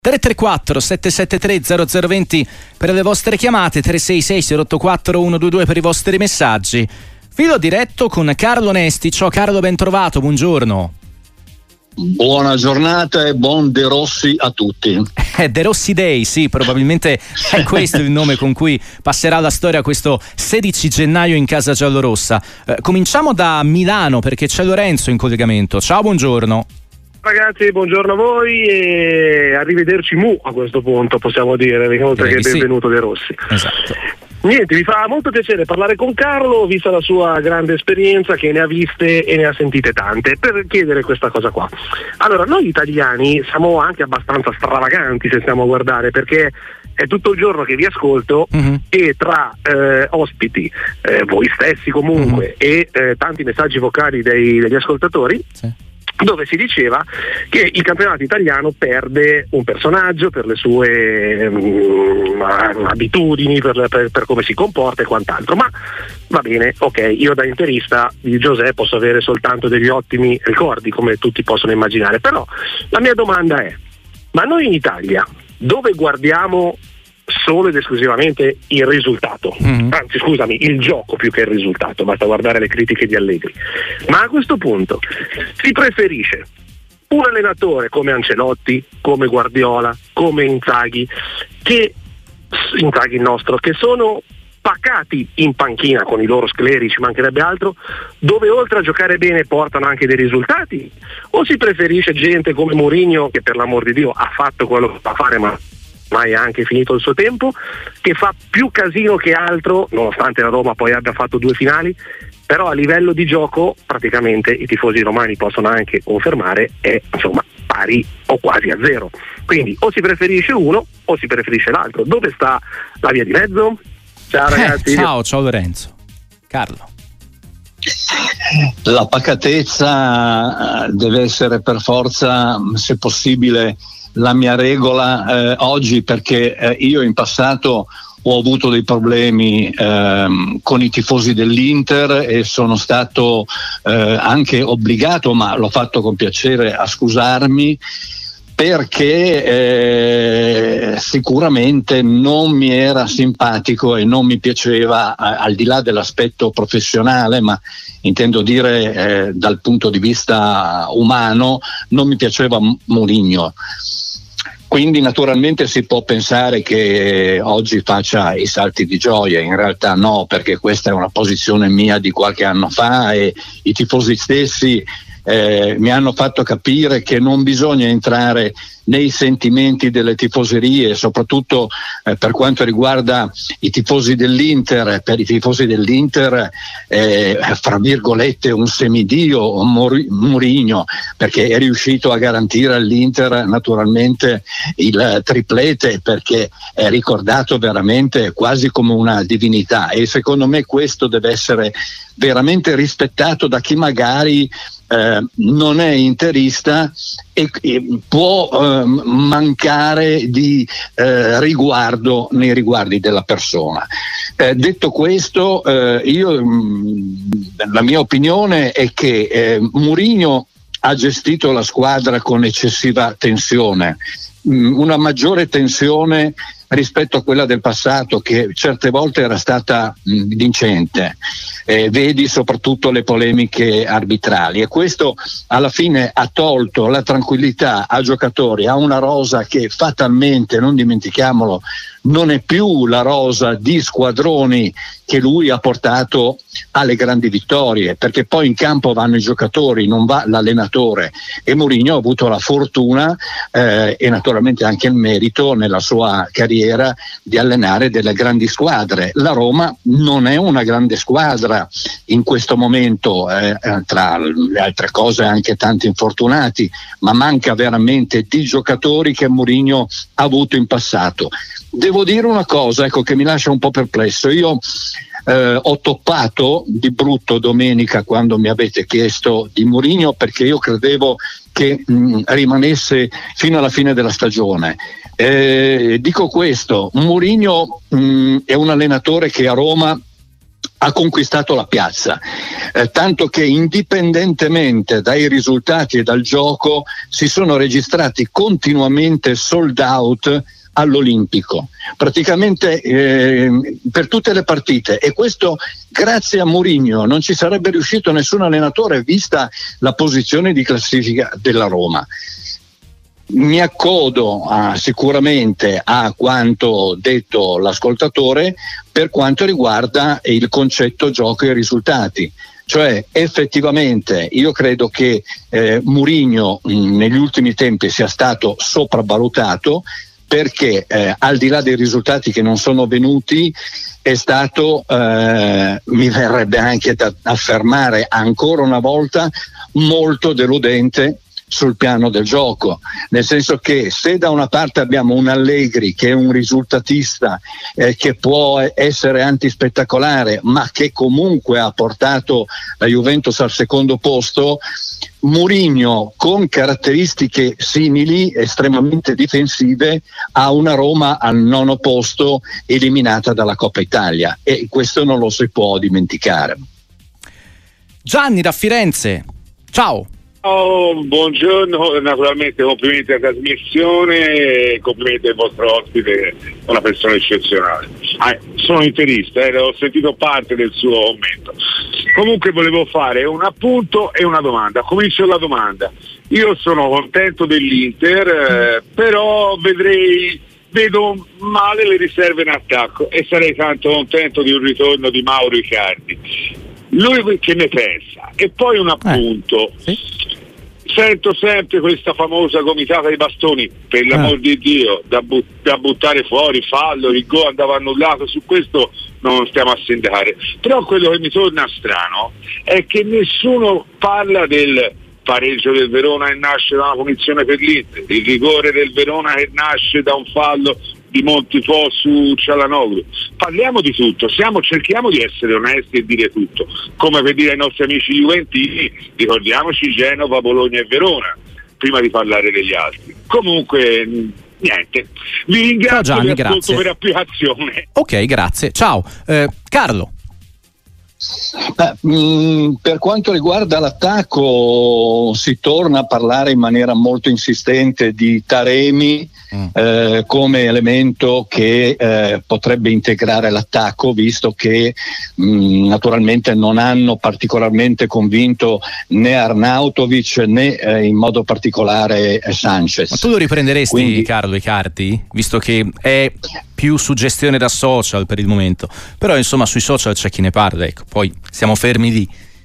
334 773 0020 per le vostre chiamate, 366 084 122 per i vostri messaggi. Filo diretto con Carlo Nesti. Ciao Carlo, ben trovato, buongiorno. Buona giornata e buon De Rossi a tutti. De Rossi Day, sì, probabilmente è questo il nome con cui passerà la storia questo 16 gennaio in casa giallorossa. Cominciamo da Milano perché c'è Lorenzo in collegamento. Ciao, buongiorno. Ragazzi, buongiorno a voi e arrivederci mu a questo punto, possiamo dire, oltre che benvenuto De Rossi. Esatto. Niente, mi fa molto piacere parlare con Carlo, vista la sua grande esperienza, che ne ha viste e ne ha sentite tante, per chiedere questa cosa qua. Allora, noi italiani siamo anche abbastanza stravaganti se stiamo a guardare, perché è tutto il giorno che vi ascolto e tra ospiti, voi stessi comunque, e tanti messaggi vocali degli ascoltatori, sì, dove si diceva che il campionato italiano perde un personaggio per le sue abitudini, per come si comporta e quant'altro. Ma va bene, ok, io da interista di José posso avere soltanto degli ottimi ricordi, come tutti possono immaginare, però la mia domanda è: ma noi in Italia dove guardiamo solo ed esclusivamente il risultato, anzi scusami, il gioco più che il risultato, basta guardare le critiche di Allegri, ma a questo punto si preferisce un allenatore come Ancelotti, come Guardiola, come Inzaghi il nostro, che sono pacati in panchina con i loro scleri, ci mancherebbe altro, dove oltre a giocare bene portano anche dei risultati, o si preferisce gente come Mourinho, che per l'amor di Dio ha fatto quello che fa fare ma ormai è anche finito il suo tempo, che fa più casino che altro, nonostante la Roma poi abbia fatto 2 finali, però a livello di gioco praticamente i tifosi romani possono anche confermare è insomma pari o quasi a zero. Quindi o si preferisce uno o si preferisce l'altro. Dove sta la via di mezzo? Ciao ragazzi. Ciao Lorenzo. Carlo. La pacatezza deve essere per forza, se possibile, la mia regola oggi, perché io in passato ho avuto dei problemi con i tifosi dell'Inter e sono stato anche obbligato, ma l'ho fatto con piacere, a scusarmi, perché sicuramente non mi era simpatico e non mi piaceva, al di là dell'aspetto professionale, ma intendo dire dal punto di vista umano, non mi piaceva Mourinho. Quindi naturalmente si può pensare che oggi faccia i salti di gioia, in realtà no, perché questa è una posizione mia di qualche anno fa e i tifosi stessi mi hanno fatto capire che non bisogna entrare nei sentimenti delle tifoserie, soprattutto per quanto riguarda i tifosi dell'Inter. Per i tifosi dell'Inter fra virgolette un semidio Mourinho, perché è riuscito a garantire all'Inter naturalmente il triplete, perché è ricordato veramente quasi come una divinità, e secondo me questo deve essere veramente rispettato da chi magari non è interista e può mancare di riguardo nei riguardi della persona. Detto questo, io la mia opinione è che Mourinho ha gestito la squadra con eccessiva tensione, una maggiore tensione rispetto a quella del passato, che certe volte era stata vincente. Vedi soprattutto le polemiche arbitrali, e questo alla fine ha tolto la tranquillità a giocatori, a una rosa che fatalmente, non dimentichiamolo, non è più la rosa di squadroni che lui ha portato alle grandi vittorie, perché poi in campo vanno i giocatori, non va l'allenatore, e Mourinho ha avuto la fortuna e naturalmente anche il merito nella sua carriera di allenare delle grandi squadre. La Roma non è una grande squadra in questo momento, tra le altre cose anche tanti infortunati, ma manca veramente di giocatori che Mourinho ha avuto in passato. Devo dire una cosa, ecco, che mi lascia un po' perplesso. Io ho toppato di brutto domenica quando mi avete chiesto di Mourinho, perché io credevo che rimanesse fino alla fine della stagione. Dico questo: Mourinho è un allenatore che a Roma ha conquistato la piazza, tanto che indipendentemente dai risultati e dal gioco si sono registrati continuamente sold out all'Olimpico, praticamente per tutte le partite, e questo grazie a Mourinho. Non ci sarebbe riuscito nessun allenatore vista la posizione di classifica della Roma. Mi accodo sicuramente a quanto detto l'ascoltatore per quanto riguarda il concetto gioco e risultati. Cioè effettivamente io credo che Mourinho negli ultimi tempi sia stato sopravvalutato, perché al di là dei risultati che non sono venuti è stato, mi verrebbe anche da affermare ancora una volta, molto deludente sul piano del gioco, nel senso che se da una parte abbiamo un Allegri che è un risultatista che può essere antispettacolare ma che comunque ha portato la Juventus al secondo posto, Mourinho con caratteristiche simili, estremamente difensive, ha una Roma al 9° posto eliminata dalla Coppa Italia, e questo non lo si può dimenticare. Gianni da Firenze, ciao. Oh, buongiorno, naturalmente complimenti alla trasmissione e complimenti al vostro ospite, una persona eccezionale. Sono interista, ho sentito parte del suo commento. Comunque volevo fare un appunto e una domanda. Comincio la domanda. Io sono contento dell'Inter, però vedo male le riserve in attacco e sarei tanto contento di un ritorno di Mauro Icardi. Lui che ne pensa? E poi un appunto. Sì. Sento sempre questa famosa gomitata ai bastoni, per l'amor di Dio, da buttare fuori, fallo, il gol andava annullato, su questo non stiamo a sindacare. Però quello che mi torna strano è che nessuno parla del pareggio del Verona che nasce da una punizione per l'Inter, il rigore del Verona che nasce da un fallo di Montipò su Cialanoglu. Parliamo di tutto, cerchiamo di essere onesti e dire tutto, come per dire ai nostri amici juventini, ricordiamoci Genova, Bologna e Verona prima di parlare degli altri. Comunque niente, vi ringrazio. Ciao Gianni, grazie per applicazione. Ok, grazie, ciao. Carlo. Per quanto riguarda l'attacco si torna a parlare in maniera molto insistente di Taremi come elemento che potrebbe integrare l'attacco, visto che naturalmente non hanno particolarmente convinto né Arnautovic né in modo particolare Sanchez. Ma tu lo riprenderesti, quindi, Carlo Icardi, visto che è più suggestione da social per il momento, però insomma sui social c'è chi ne parla, ecco, poi siamo fermi lì.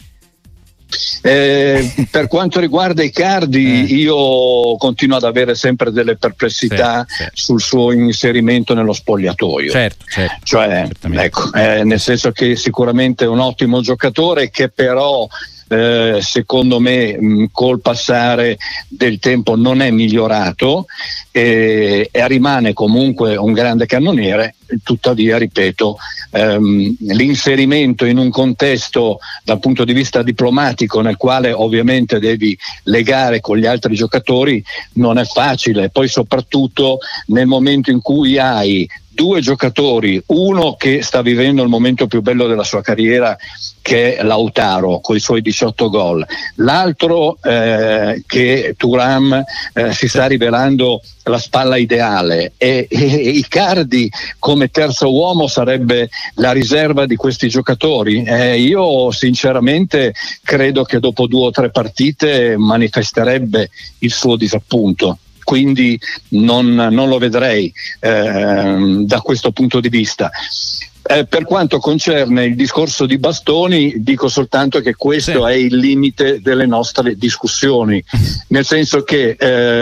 Per quanto riguarda Icardi io continuo ad avere sempre delle perplessità sul suo inserimento nello spogliatoio, cioè ecco, nel senso che sicuramente è un ottimo giocatore che però secondo me col passare del tempo non è migliorato e rimane comunque un grande cannoniere. Tuttavia, ripeto, l'inserimento in un contesto dal punto di vista diplomatico nel quale ovviamente devi legare con gli altri giocatori non è facile, poi soprattutto nel momento in cui hai due giocatori, uno che sta vivendo il momento più bello della sua carriera che è Lautaro con i suoi 18 gol, l'altro che Thuram si sta rivelando la spalla ideale e Icardi come terzo uomo sarebbe la riserva di questi giocatori. Io sinceramente credo che dopo 2 o 3 partite manifesterebbe il suo disappunto. Quindi non lo vedrei da questo punto di vista. Per quanto concerne il discorso di Bastoni, dico soltanto che questo è il limite delle nostre discussioni, nel senso che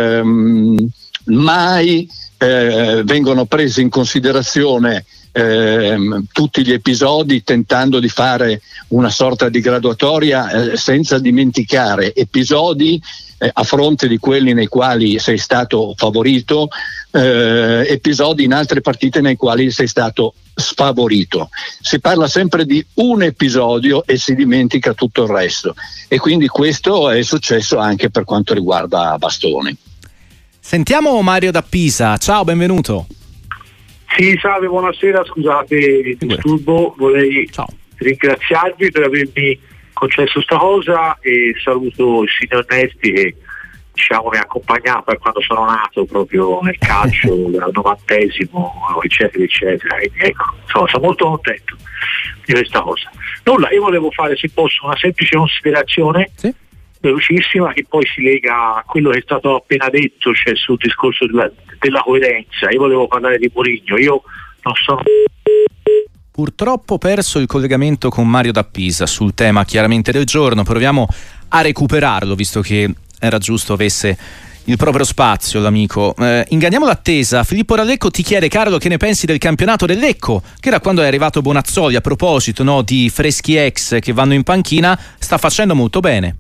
mai vengono presi in considerazione tutti gli episodi, tentando di fare una sorta di graduatoria senza dimenticare episodi a fronte di quelli nei quali sei stato favorito, episodi in altre partite nei quali sei stato sfavorito. Si parla sempre di un episodio e si dimentica tutto il resto, e quindi questo è successo anche per quanto riguarda Bastoni. Sentiamo Mario da Pisa, ciao, benvenuto. Sì, salve, buonasera, scusate il disturbo, ringraziarvi per avermi concesso sta cosa e saluto il signor Nesti che diciamo mi ha accompagnato quando sono nato proprio nel calcio dal 90esimo eccetera eccetera, quindi ecco, sono molto contento di questa cosa. Nulla, io volevo fare, se posso, una semplice considerazione velocissima che poi si lega a quello che è stato appena detto, cioè sul discorso della coerenza. Io volevo parlare di Mourinho, io non sono... Purtroppo perso il collegamento con Mario da Pisa sul tema chiaramente del giorno, proviamo a recuperarlo visto che era giusto avesse il proprio spazio l'amico. Inganniamo l'attesa. Filippo Rallecco ti chiede, Carlo, che ne pensi del campionato del Lecco, che da quando è arrivato Bonazzoli, a proposito di freschi ex che vanno in panchina, sta facendo molto bene.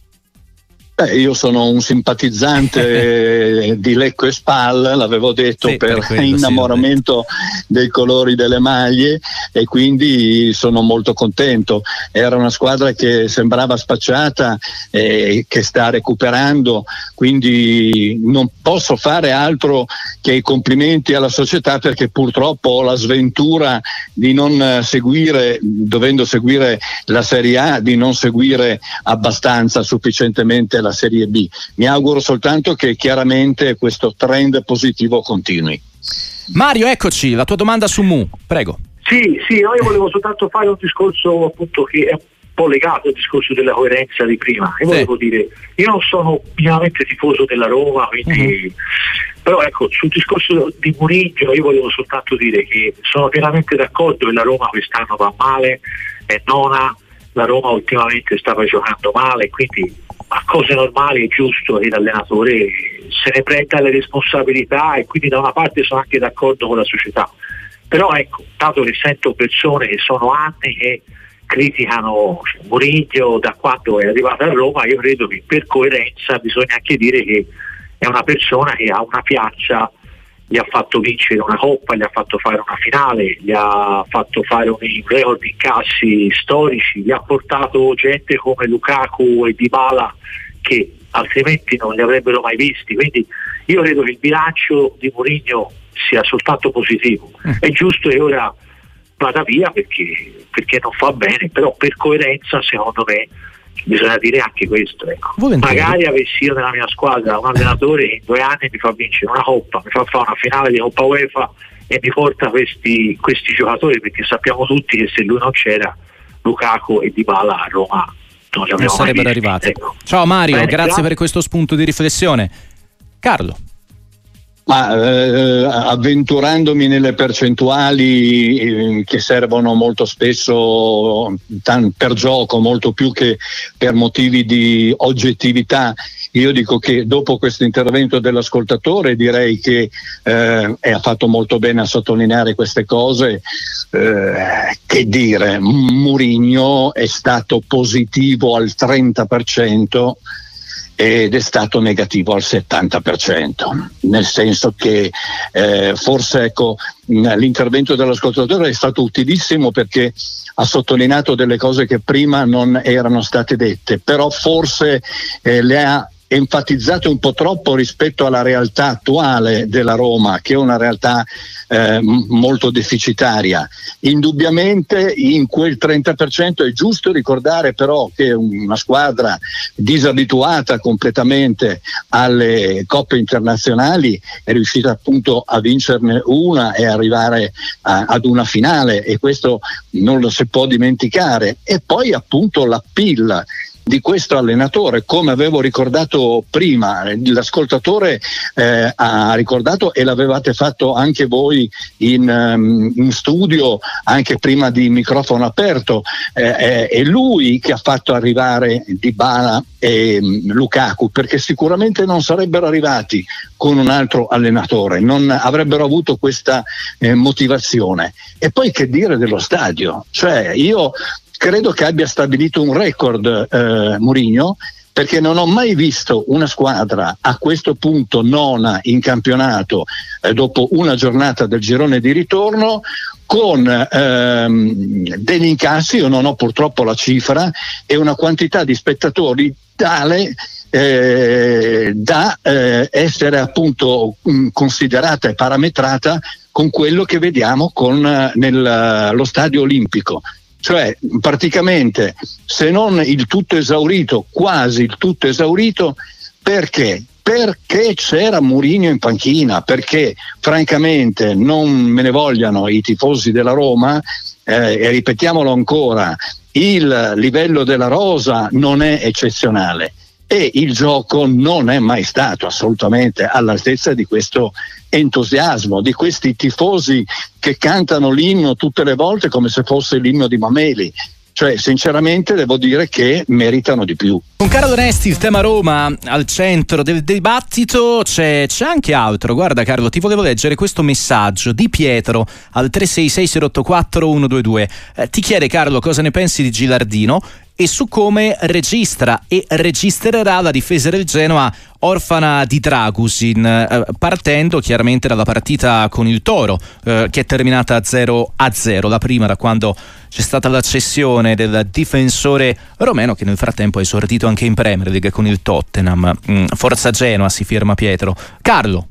Io sono un simpatizzante di Lecco e Spal, l'avevo detto, sì, per innamoramento dei colori delle maglie, e quindi sono molto contento. Era una squadra che sembrava spacciata e che sta recuperando, quindi non posso fare altro che i complimenti alla società, perché purtroppo ho la sventura di non seguire, dovendo seguire la Serie A, di non seguire abbastanza, sufficientemente la Serie B. Mi auguro soltanto che chiaramente questo trend positivo continui. Mario, eccoci, la tua domanda su Mu, prego. Sì, no, io volevo soltanto fare un discorso appunto che è un po' legato al discorso della coerenza di prima. Io volevo dire, io non sono minimamente tifoso della Roma, quindi però ecco, sul discorso di Mourinho io volevo soltanto dire che sono pienamente d'accordo che la Roma quest'anno va male, è nona, la Roma ultimamente stava giocando male, quindi a cose normali è giusto che l'allenatore se ne prenda le responsabilità, e quindi da una parte sono anche d'accordo con la società. Però ecco, dato che sento persone che sono anni che criticano Mourinho da quando è arrivato a Roma, io credo che per coerenza bisogna anche dire che è una persona che ha una piazza, gli ha fatto vincere una coppa, gli ha fatto fare una finale, gli ha fatto fare un record di incassi storici, gli ha portato gente come Lukaku e Dybala che altrimenti non li avrebbero mai visti, quindi io credo che il bilancio di Mourinho sia soltanto positivo. È giusto che ora vada via perché non fa bene, però per coerenza secondo me bisogna dire anche questo, ecco. Magari avessi io nella mia squadra un allenatore che in 2 anni mi fa vincere una coppa, mi fa fare una finale di Coppa UEFA e mi porta questi giocatori, perché sappiamo tutti che se lui non c'era, Lukaku e Dybala a Roma non sarebbero arrivati. Ecco. Ciao Mario, grazie per questo spunto di riflessione. Carlo. Ma avventurandomi nelle percentuali che servono molto spesso per gioco, molto più che per motivi di oggettività, io dico che dopo questo intervento dell'ascoltatore direi che ha fatto molto bene a sottolineare queste cose. Che dire, Mourinho è stato positivo al 30% ed è stato negativo al 70%, nel senso che forse ecco, l'intervento dell'ascoltatore è stato utilissimo perché ha sottolineato delle cose che prima non erano state dette, però forse le ha enfatizzate un po' troppo rispetto alla realtà attuale della Roma, che è una realtà molto deficitaria. Indubbiamente in quel 30% è giusto ricordare però che una squadra disabituata completamente alle coppe internazionali è riuscita appunto a vincerne una e arrivare ad una finale, e questo non lo si può dimenticare. E poi appunto l'appeal di questo allenatore, come avevo ricordato prima, l'ascoltatore ha ricordato e l'avevate fatto anche voi in studio anche prima di microfono aperto, è lui che ha fatto arrivare Dybala e Lukaku, perché sicuramente non sarebbero arrivati con un altro allenatore, non avrebbero avuto questa motivazione. E poi che dire dello stadio, cioè io credo che abbia stabilito un record Mourinho, perché non ho mai visto una squadra a questo punto nona in campionato dopo una giornata del girone di ritorno con degli incassi, io non ho purtroppo la cifra, e una quantità di spettatori tale da essere appunto considerata e parametrata con quello che vediamo nello stadio olimpico. cioè praticamente se non il tutto esaurito, quasi il tutto esaurito. Perché? Perché c'era Mourinho in panchina, perché francamente non me ne vogliano i tifosi della Roma, e ripetiamolo ancora, il livello della rosa non è eccezionale e il gioco non è mai stato assolutamente all'altezza di questo entusiasmo, di questi tifosi che cantano l'inno tutte le volte come se fosse l'inno di Mameli. Cioè, sinceramente devo dire che meritano di più. Con Carlo Onesti il tema Roma al centro del dibattito, c'è anche altro. Guarda Carlo, ti volevo leggere questo messaggio di Pietro al 366-084-122. Ti chiede, Carlo, cosa ne pensi di Gilardino e su come registra e registrerà la difesa del Genoa orfana di Dragusin, partendo chiaramente dalla partita con il Toro, che è terminata 0-0, la prima da quando c'è stata la cessione del difensore romeno, che nel frattempo ha esordito anche in Premier League con il Tottenham. Forza Genoa, si firma Pietro. Carlo.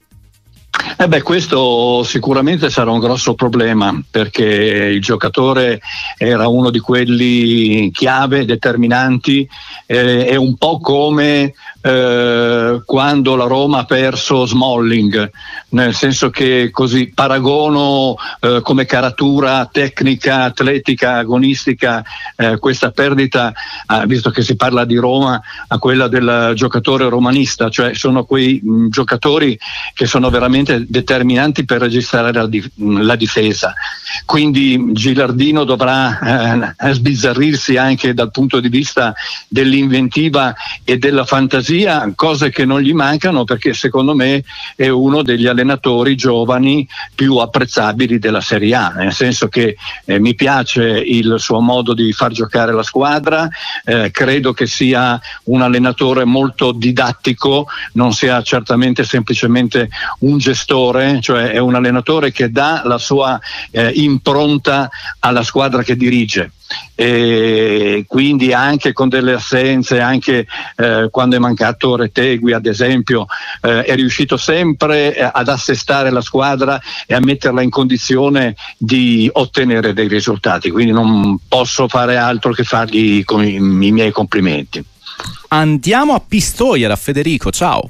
Questo sicuramente sarà un grosso problema, perché il giocatore era uno di quelli chiave, determinanti, è un po' come quando la Roma ha perso Smalling, nel senso che così paragono come caratura tecnica, atletica, agonistica questa perdita, visto che si parla di Roma, a quella del giocatore romanista, cioè sono quei giocatori che sono veramente determinanti per registrare la difesa. Quindi Gilardino dovrà sbizzarrirsi anche dal punto di vista dell'inventiva e della fantasia, cose che non gli mancano, perché secondo me è uno degli allenatori giovani più apprezzabili della Serie A, nel senso che mi piace il suo modo di far giocare la squadra, credo che sia un allenatore molto didattico, non sia certamente semplicemente un gestore, cioè è un allenatore che dà la sua impronta alla squadra che dirige. E quindi anche con delle assenze, anche quando è mancato Retegui ad esempio, è riuscito sempre ad assestare la squadra e a metterla in condizione di ottenere dei risultati, quindi non posso fare altro che fargli i miei complimenti. Andiamo a Pistoia da Federico, ciao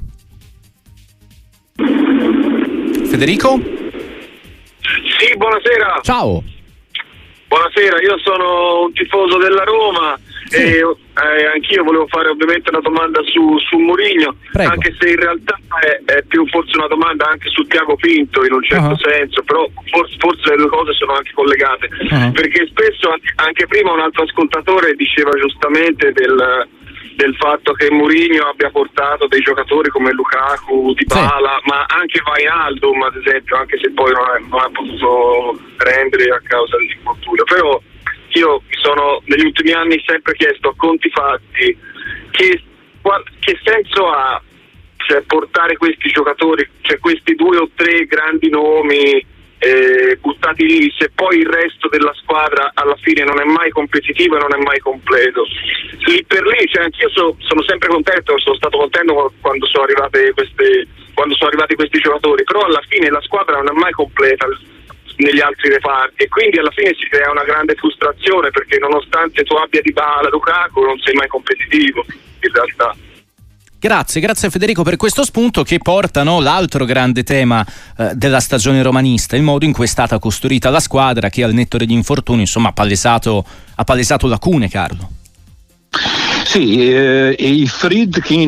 Federico. Sì, buonasera. Ciao. Buonasera, io sono un tifoso della Roma, sì. E anch'io volevo fare ovviamente una domanda su Mourinho. Prego. Anche se in realtà è più forse una domanda anche su Tiago Pinto in un certo senso, però forse le due cose sono anche collegate, perché spesso anche prima un altro ascoltatore diceva giustamente del fatto che Mourinho abbia portato dei giocatori come Lukaku, Dybala, sì, ma anche Wijnaldum ad esempio, anche se poi non ha potuto prendere a causa dell'infortunio. Però io mi sono negli ultimi anni sempre chiesto a conti fatti che senso ha, cioè, portare questi giocatori, cioè questi 2 o 3 grandi nomi buttati lì, se poi il resto della squadra alla fine non è mai competitivo e non è mai completo. Lì per lì, cioè, anch'io sono sempre contento, sono stato contento quando sono arrivati questi giocatori, però alla fine la squadra non è mai completa negli altri reparti e quindi alla fine si crea una grande frustrazione, perché nonostante tu abbia Dybala, Lukaku, non sei mai competitivo in realtà. Grazie Federico per questo spunto, che porta l'altro grande tema della stagione romanista, il modo in cui è stata costruita la squadra, che al netto degli infortuni insomma ha palesato lacune, Carlo. Sì, i Friedkin,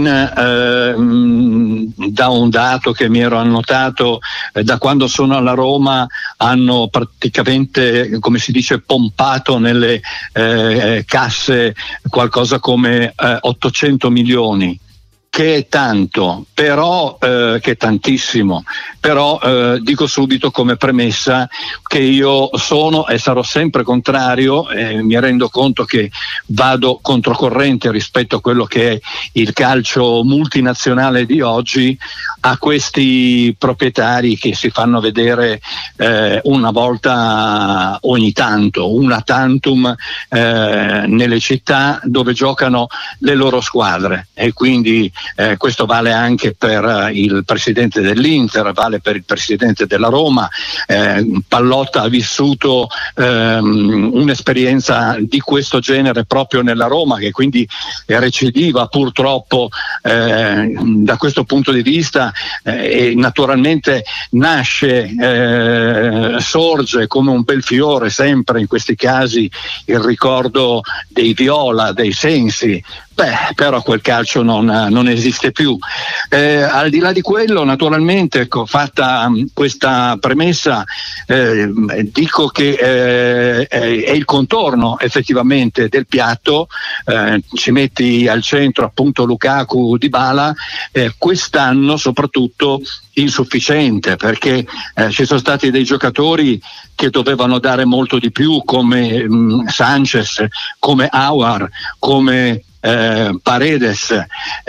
da un dato che mi ero annotato, da quando sono alla Roma hanno praticamente, come si dice, pompato nelle casse qualcosa come 800 milioni. Che è tanto, però che è tantissimo, però dico subito come premessa che io sono e sarò sempre contrario, mi rendo conto che vado controcorrente rispetto a quello che è il calcio multinazionale di oggi, a questi proprietari che si fanno vedere una volta ogni tanto, una tantum nelle città dove giocano le loro squadre, e quindi questo vale anche per il presidente dell'Inter, vale per il presidente della Roma. Pallotta ha vissuto un'esperienza di questo genere proprio nella Roma, che quindi recidiva purtroppo da questo punto di vista, e naturalmente nasce, sorge come un bel fiore sempre in questi casi il ricordo dei Viola, dei Sensi. Però quel calcio non esiste più. Al di là di quello, naturalmente, fatta questa premessa, dico che è il contorno effettivamente del piatto. Ci metti al centro appunto Lukaku, Dybala, quest'anno soprattutto insufficiente, perché ci sono stati dei giocatori che dovevano dare molto di più, come Sanchez, come Aouar, come Paredes,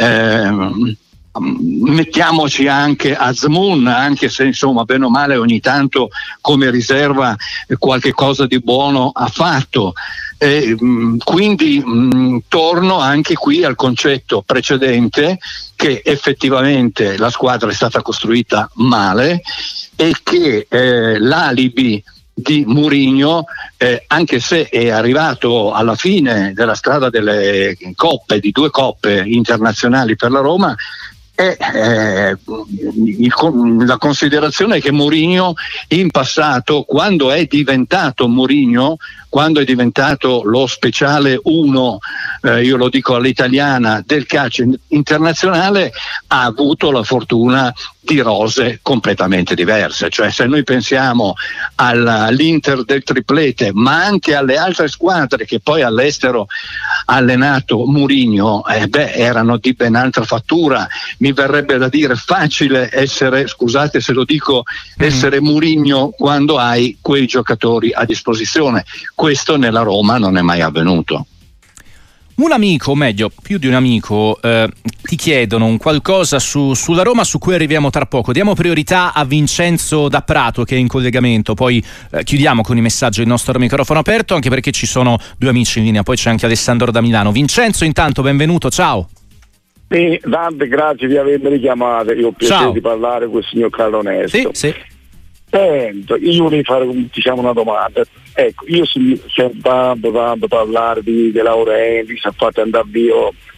mettiamoci anche Azmoun, anche se insomma bene o male ogni tanto come riserva qualche cosa di buono ha fatto. Quindi torno anche qui al concetto precedente, che effettivamente la squadra è stata costruita male e che l'alibi di Mourinho, anche se è arrivato alla fine della strada delle coppe, di 2 coppe internazionali per la Roma, la considerazione è che Mourinho in passato, quando è diventato Mourinho, quando è diventato lo speciale 1, io lo dico all'italiana, del calcio internazionale, ha avuto la fortuna di rose completamente diverse. Cioè, se noi pensiamo all'Inter del triplete, ma anche alle altre squadre che poi all'estero ha allenato Mourinho, erano di ben altra fattura. Mi verrebbe da dire facile essere, scusate se lo dico, essere Mourinho quando hai quei giocatori a disposizione. Questo nella Roma non è mai avvenuto. Un amico, o meglio, più di un amico, ti chiedono un qualcosa sulla Roma, su cui arriviamo tra poco. Diamo priorità a Vincenzo da Prato, che è in collegamento, poi chiudiamo con i messaggi del nostro microfono aperto, anche perché ci sono 2 amici in linea, poi c'è anche Alessandro da Milano. Vincenzo, intanto benvenuto, ciao. Tante grazie di avermi richiamato. Io ho piacere di parlare con il signor Carlo Onesto. Sì. Io volevo fare una domanda. Ecco, io sento tanto parlare di Laurenti, si è fatto andare via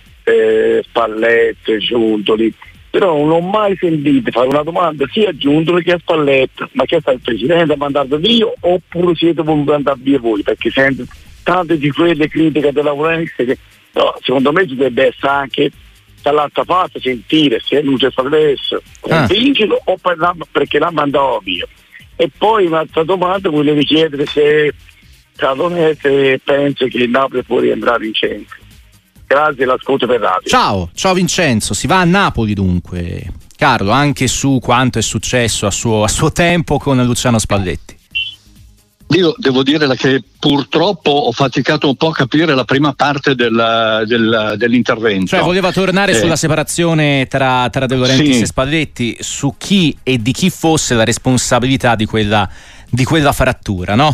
Spalletti, Giuntoli, però non ho mai sentito fare una domanda sia a Giuntoli che a Spalletti: ma che sta il presidente a mandarlo via, oppure siete voluti andare via voi? Perché sento tante di quelle critiche della Laurenti che secondo me ci deve essere anche dall'altra parte, sentire se non c'è Spalletti convincerlo o perché l'ha mandato via. E poi un'altra domanda, volevo chiedere se Cadonete pensa che il Napoli può rientrare in centro. Grazie, l'ascolto per radio. Ciao Vincenzo, si va a Napoli dunque, Carlo, anche su quanto è successo a suo tempo con Luciano Spalletti. Io devo dire che purtroppo ho faticato un po' a capire la prima parte dell'intervento. Cioè voleva tornare sulla separazione tra De Laurentiis e Spalletti, su chi e di chi fosse la responsabilità di quella frattura, no?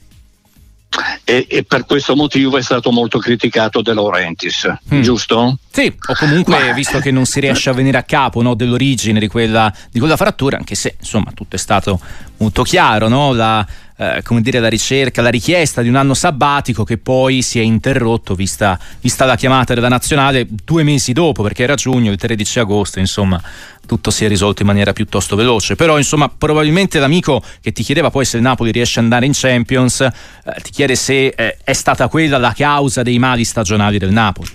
E per questo motivo è stato molto criticato De Laurentiis, giusto? Sì, o comunque visto che non si riesce a venire a capo, no, dell'origine di quella frattura, anche se insomma tutto è stato molto chiaro, no? La ricerca, la richiesta di un anno sabbatico che poi si è interrotto vista la chiamata della nazionale 2 mesi dopo, perché era giugno, il 13 agosto, insomma tutto si è risolto in maniera piuttosto veloce. Però insomma probabilmente l'amico che ti chiedeva poi se il Napoli riesce ad andare in Champions ti chiede se è stata quella la causa dei mali stagionali del Napoli.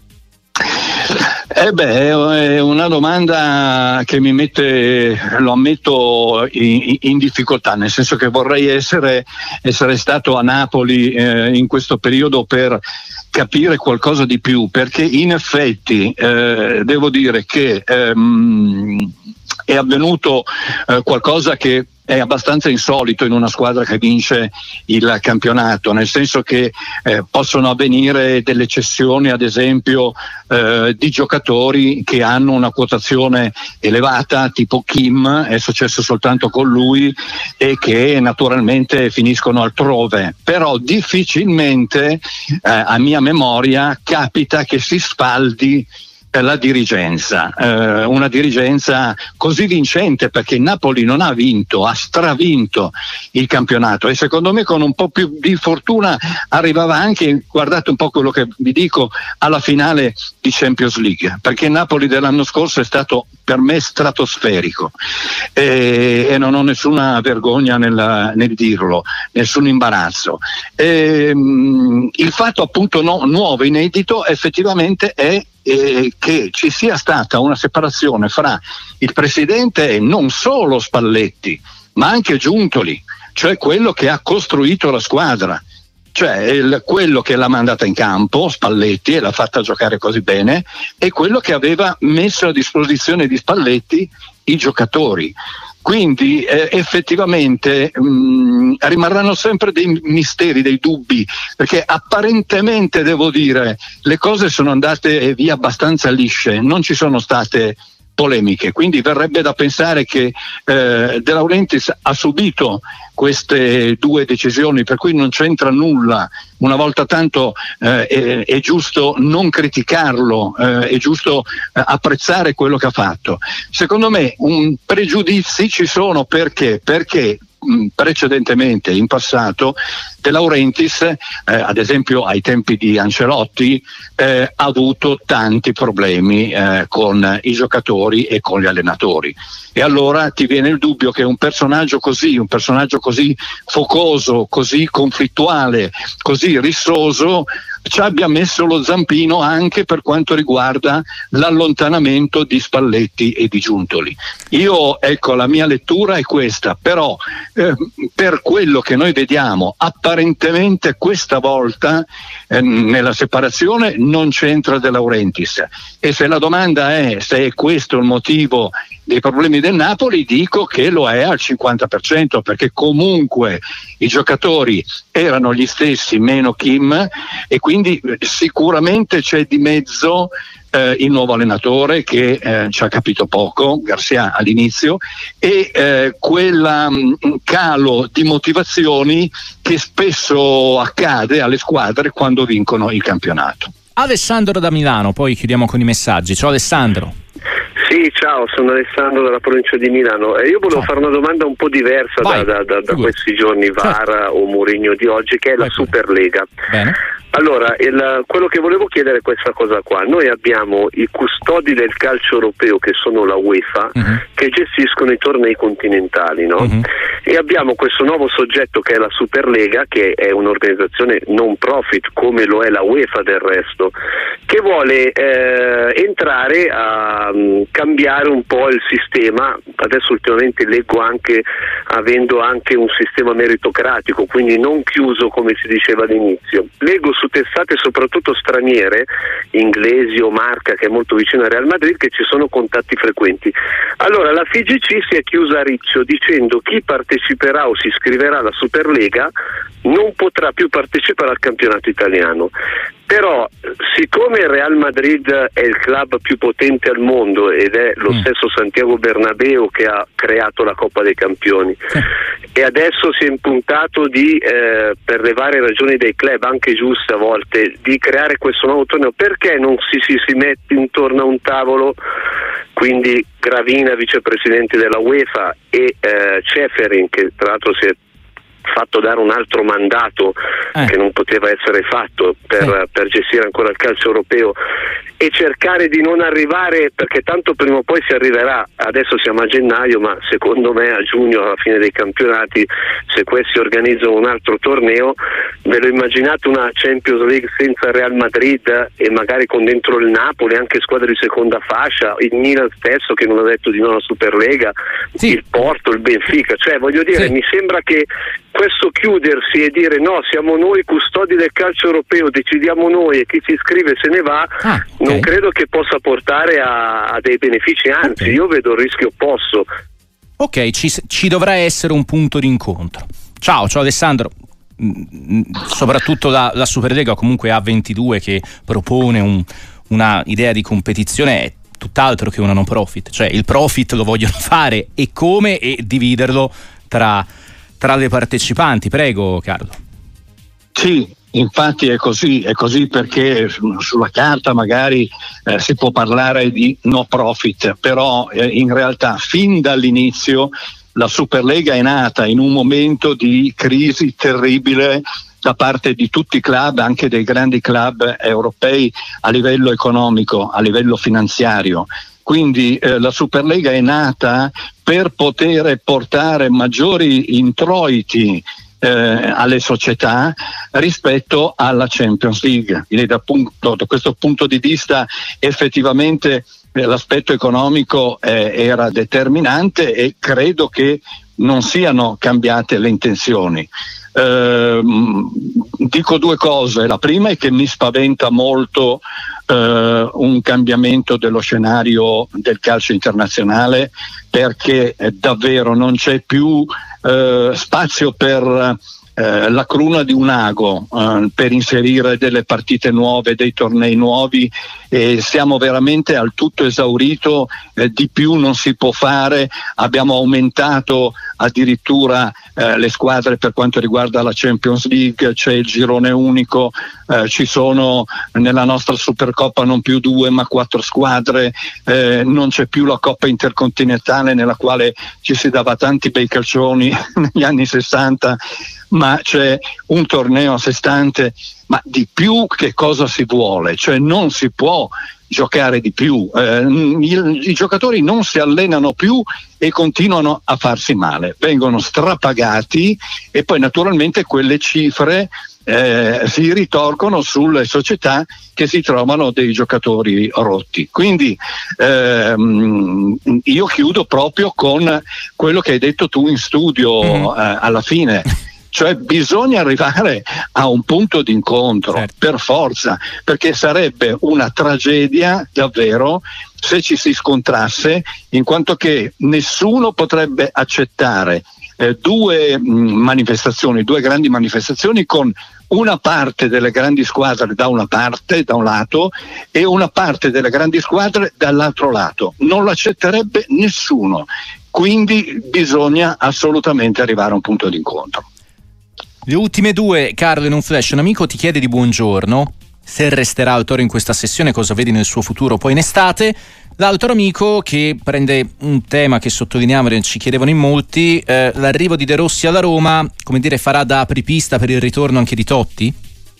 È una domanda che mi mette, lo ammetto, in difficoltà, nel senso che vorrei essere stato a Napoli in questo periodo per capire qualcosa di più, perché in effetti devo dire che è avvenuto qualcosa che è abbastanza insolito in una squadra che vince il campionato, nel senso che possono avvenire delle cessioni, ad esempio di giocatori che hanno una quotazione elevata, tipo Kim, è successo soltanto con lui, e che naturalmente finiscono altrove. Però difficilmente a mia memoria capita che si sfaldi la dirigenza, una dirigenza così vincente, perché il Napoli non ha vinto, ha stravinto il campionato e secondo me con un po' più di fortuna arrivava anche, guardate un po' quello che vi dico, alla finale di Champions League, perché il Napoli dell'anno scorso è stato per me stratosferico e non ho nessuna vergogna nel dirlo, nessun imbarazzo. Il fatto appunto nuovo, inedito, effettivamente è che ci sia stata una separazione fra il presidente e non solo Spalletti, ma anche Giuntoli, cioè quello che ha costruito la squadra, cioè quello che l'ha mandata in campo, Spalletti, e l'ha fatta giocare così bene, e quello che aveva messo a disposizione di Spalletti i giocatori. Quindi effettivamente rimarranno sempre dei misteri, dei dubbi, perché apparentemente, devo dire, le cose sono andate via abbastanza lisce, non ci sono state polemiche, quindi verrebbe da pensare che De Laurentiis ha subito queste due decisioni, per cui non c'entra nulla. Una volta tanto è giusto non criticarlo, è giusto apprezzare quello che ha fatto. Secondo me pregiudizi ci sono perché precedentemente, in passato, De Laurentiis, ad esempio ai tempi di Ancelotti, ha avuto tanti problemi con i giocatori e con gli allenatori, e allora ti viene il dubbio che un personaggio così focoso, così conflittuale, così rissoso, ci abbia messo lo zampino anche per quanto riguarda l'allontanamento di Spalletti e di Giuntoli. La mia lettura è questa, però per quello che noi vediamo, apparentemente questa volta nella separazione non c'entra De Laurentiis, e se la domanda è se è questo il motivo dei problemi del Napoli, dico che lo è al 50%, perché comunque i giocatori erano gli stessi meno Kim, e quindi sicuramente c'è di mezzo il nuovo allenatore che ci ha capito poco, Garcia, all'inizio, e quel calo di motivazioni che spesso accade alle squadre quando vincono il campionato. Alessandro da Milano, poi chiudiamo con i messaggi. Ciao Alessandro. Sì, ciao, sono Alessandro dalla provincia di Milano. Io volevo fare una domanda un po' diversa da questi giorni VAR o Mourinho di oggi, che è la Superlega. Bene. Allora, quello che volevo chiedere è questa cosa qua. Noi abbiamo i custodi del calcio europeo, che sono la UEFA, che gestiscono i tornei continentali, no? E abbiamo questo nuovo soggetto che è la Superlega, che è un'organizzazione non profit, come lo è la UEFA del resto, che vuole entrare a cambiare un po' il sistema. Adesso ultimamente leggo anche avendo anche un sistema meritocratico, quindi non chiuso come si diceva all'inizio. Leggo su testate soprattutto straniere, inglesi o Marca, che è molto vicino a Real Madrid, che ci sono contatti frequenti. Allora la FIGC si è chiusa a riccio dicendo chi parteciperà o si iscriverà alla Superlega non potrà più partecipare al campionato italiano. Però siccome il Real Madrid è il club più potente al mondo ed è lo stesso Santiago Bernabéu che ha creato la Coppa dei Campioni, e adesso si è impuntato per le varie ragioni dei club, anche giuste a volte, di creare questo nuovo torneo, perché non si mette intorno a un tavolo, quindi Gravina, vicepresidente della UEFA, e Ceferin, che tra l'altro si è fatto dare un altro mandato che non poteva essere fatto per gestire ancora il calcio europeo, e cercare di non arrivare, perché tanto prima o poi si arriverà. Adesso siamo a gennaio, ma secondo me a giugno, alla fine dei campionati, se questi organizzano un altro torneo, ve lo immaginate una Champions League senza Real Madrid e magari con dentro il Napoli, anche squadre di seconda fascia, il Milan stesso che non ha detto di no alla Superlega, il Porto, il Benfica, cioè voglio dire, mi sembra che questo chiudersi e dire no, siamo noi custodi del calcio europeo, decidiamo noi e chi si iscrive se ne va, non credo che possa portare a dei benefici, anzi io vedo il rischio opposto. Ok, ci dovrà essere un punto d'incontro. Ciao Alessandro. Soprattutto la Superlega, comunque A22, che propone una idea di competizione è tutt'altro che una no profit, cioè il profit lo vogliono fare e come, e dividerlo tra le partecipanti. Prego Carlo. Sì, Infatti è così perché sulla carta magari si può parlare di no profit, però in realtà fin dall'inizio la Superlega è nata in un momento di crisi terribile da parte di tutti i club, anche dei grandi club europei, a livello economico, a livello finanziario. Quindi la Superlega è nata per poter portare maggiori introiti alle società rispetto alla Champions League. Quindi da questo punto di vista effettivamente l'aspetto economico era determinante e credo che non siano cambiate le intenzioni. Dico due cose. La prima è che mi spaventa molto un cambiamento dello scenario del calcio internazionale, perché davvero non c'è più spazio per la cruna di un ago, per inserire delle partite nuove, dei tornei nuovi, e siamo veramente al tutto esaurito, di più non si può fare. Abbiamo aumentato addirittura le squadre per quanto riguarda la Champions League, c'è il girone unico, ci sono nella nostra Supercoppa non più 2 ma 4 squadre, non c'è più la Coppa Intercontinentale nella quale ci si dava tanti bei calcioni negli anni 60, ma c'è un torneo a sé stante. Ma di più che cosa si vuole? Cioè non si può giocare di più, i giocatori non si allenano più e continuano a farsi male, vengono strapagati e poi naturalmente quelle cifre si ritorcono sulle società che si trovano dei giocatori rotti. Quindi io chiudo proprio con quello che hai detto tu in studio alla fine. Cioè bisogna arrivare a un punto di incontro, certo, per forza, perché sarebbe una tragedia davvero se ci si scontrasse, in quanto che nessuno potrebbe accettare due grandi manifestazioni con una parte delle grandi squadre da una parte, da un lato, e una parte delle grandi squadre dall'altro lato. Non l'accetterebbe nessuno. Quindi bisogna assolutamente arrivare a un punto di incontro. Le ultime due, Carlo, in un flash. Un amico ti chiede di Buongiorno se resterà al Toro in questa sessione, cosa vedi nel suo futuro poi in estate. L'altro amico che prende un tema che sottolineavo e ci chiedevano in molti, l'arrivo di De Rossi alla Roma, come dire, farà da apripista per il ritorno anche di Totti?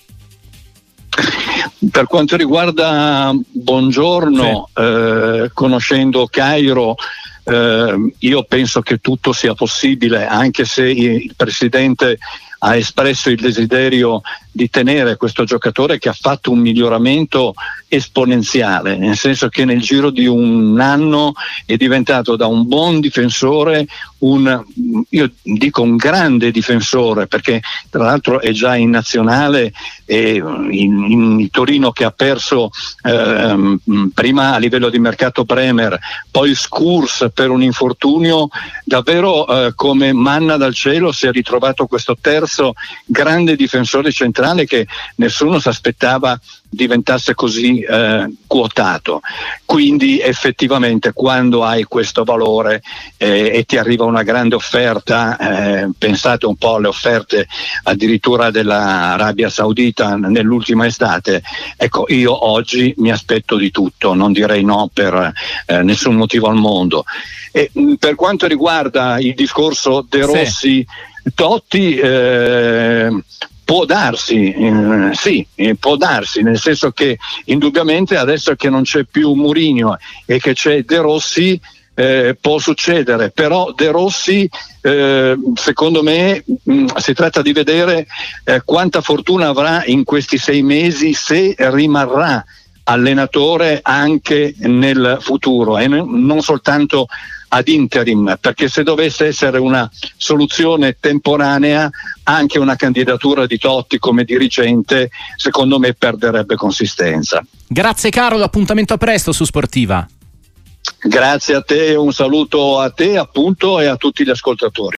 Per quanto riguarda Buongiorno, sì, conoscendo Cairo, io penso che tutto sia possibile, anche se il presidente ha espresso il desiderio di tenere questo giocatore che ha fatto un miglioramento esponenziale, nel senso che nel giro di un anno è diventato da un buon difensore io dico un grande difensore, perché tra l'altro è già in nazionale e in Torino, che ha perso prima a livello di mercato Bremer, poi Skurs per un infortunio, davvero come manna dal cielo si è ritrovato questo terzo grande difensore centrale che nessuno si aspettava diventasse così quotato. Quindi effettivamente quando hai questo valore e ti arriva una grande offerta, pensate un po' alle offerte addirittura dell'Arabia Saudita nell'ultima estate, ecco, io oggi mi aspetto di tutto, non direi no per nessun motivo al mondo. E per quanto riguarda il discorso De Rossi, Totti, può darsi, sì, può darsi, nel senso che indubbiamente adesso che non c'è più Mourinho e che c'è De Rossi, può succedere, però De Rossi secondo me si tratta di vedere quanta fortuna avrà in questi 6 mesi, se rimarrà allenatore anche nel futuro e non soltanto ad interim, perché se dovesse essere una soluzione temporanea anche una candidatura di Totti come dirigente secondo me perderebbe consistenza. Grazie Carlo, appuntamento a presto su Sportiva. Grazie a te, un saluto a te appunto e a tutti gli ascoltatori.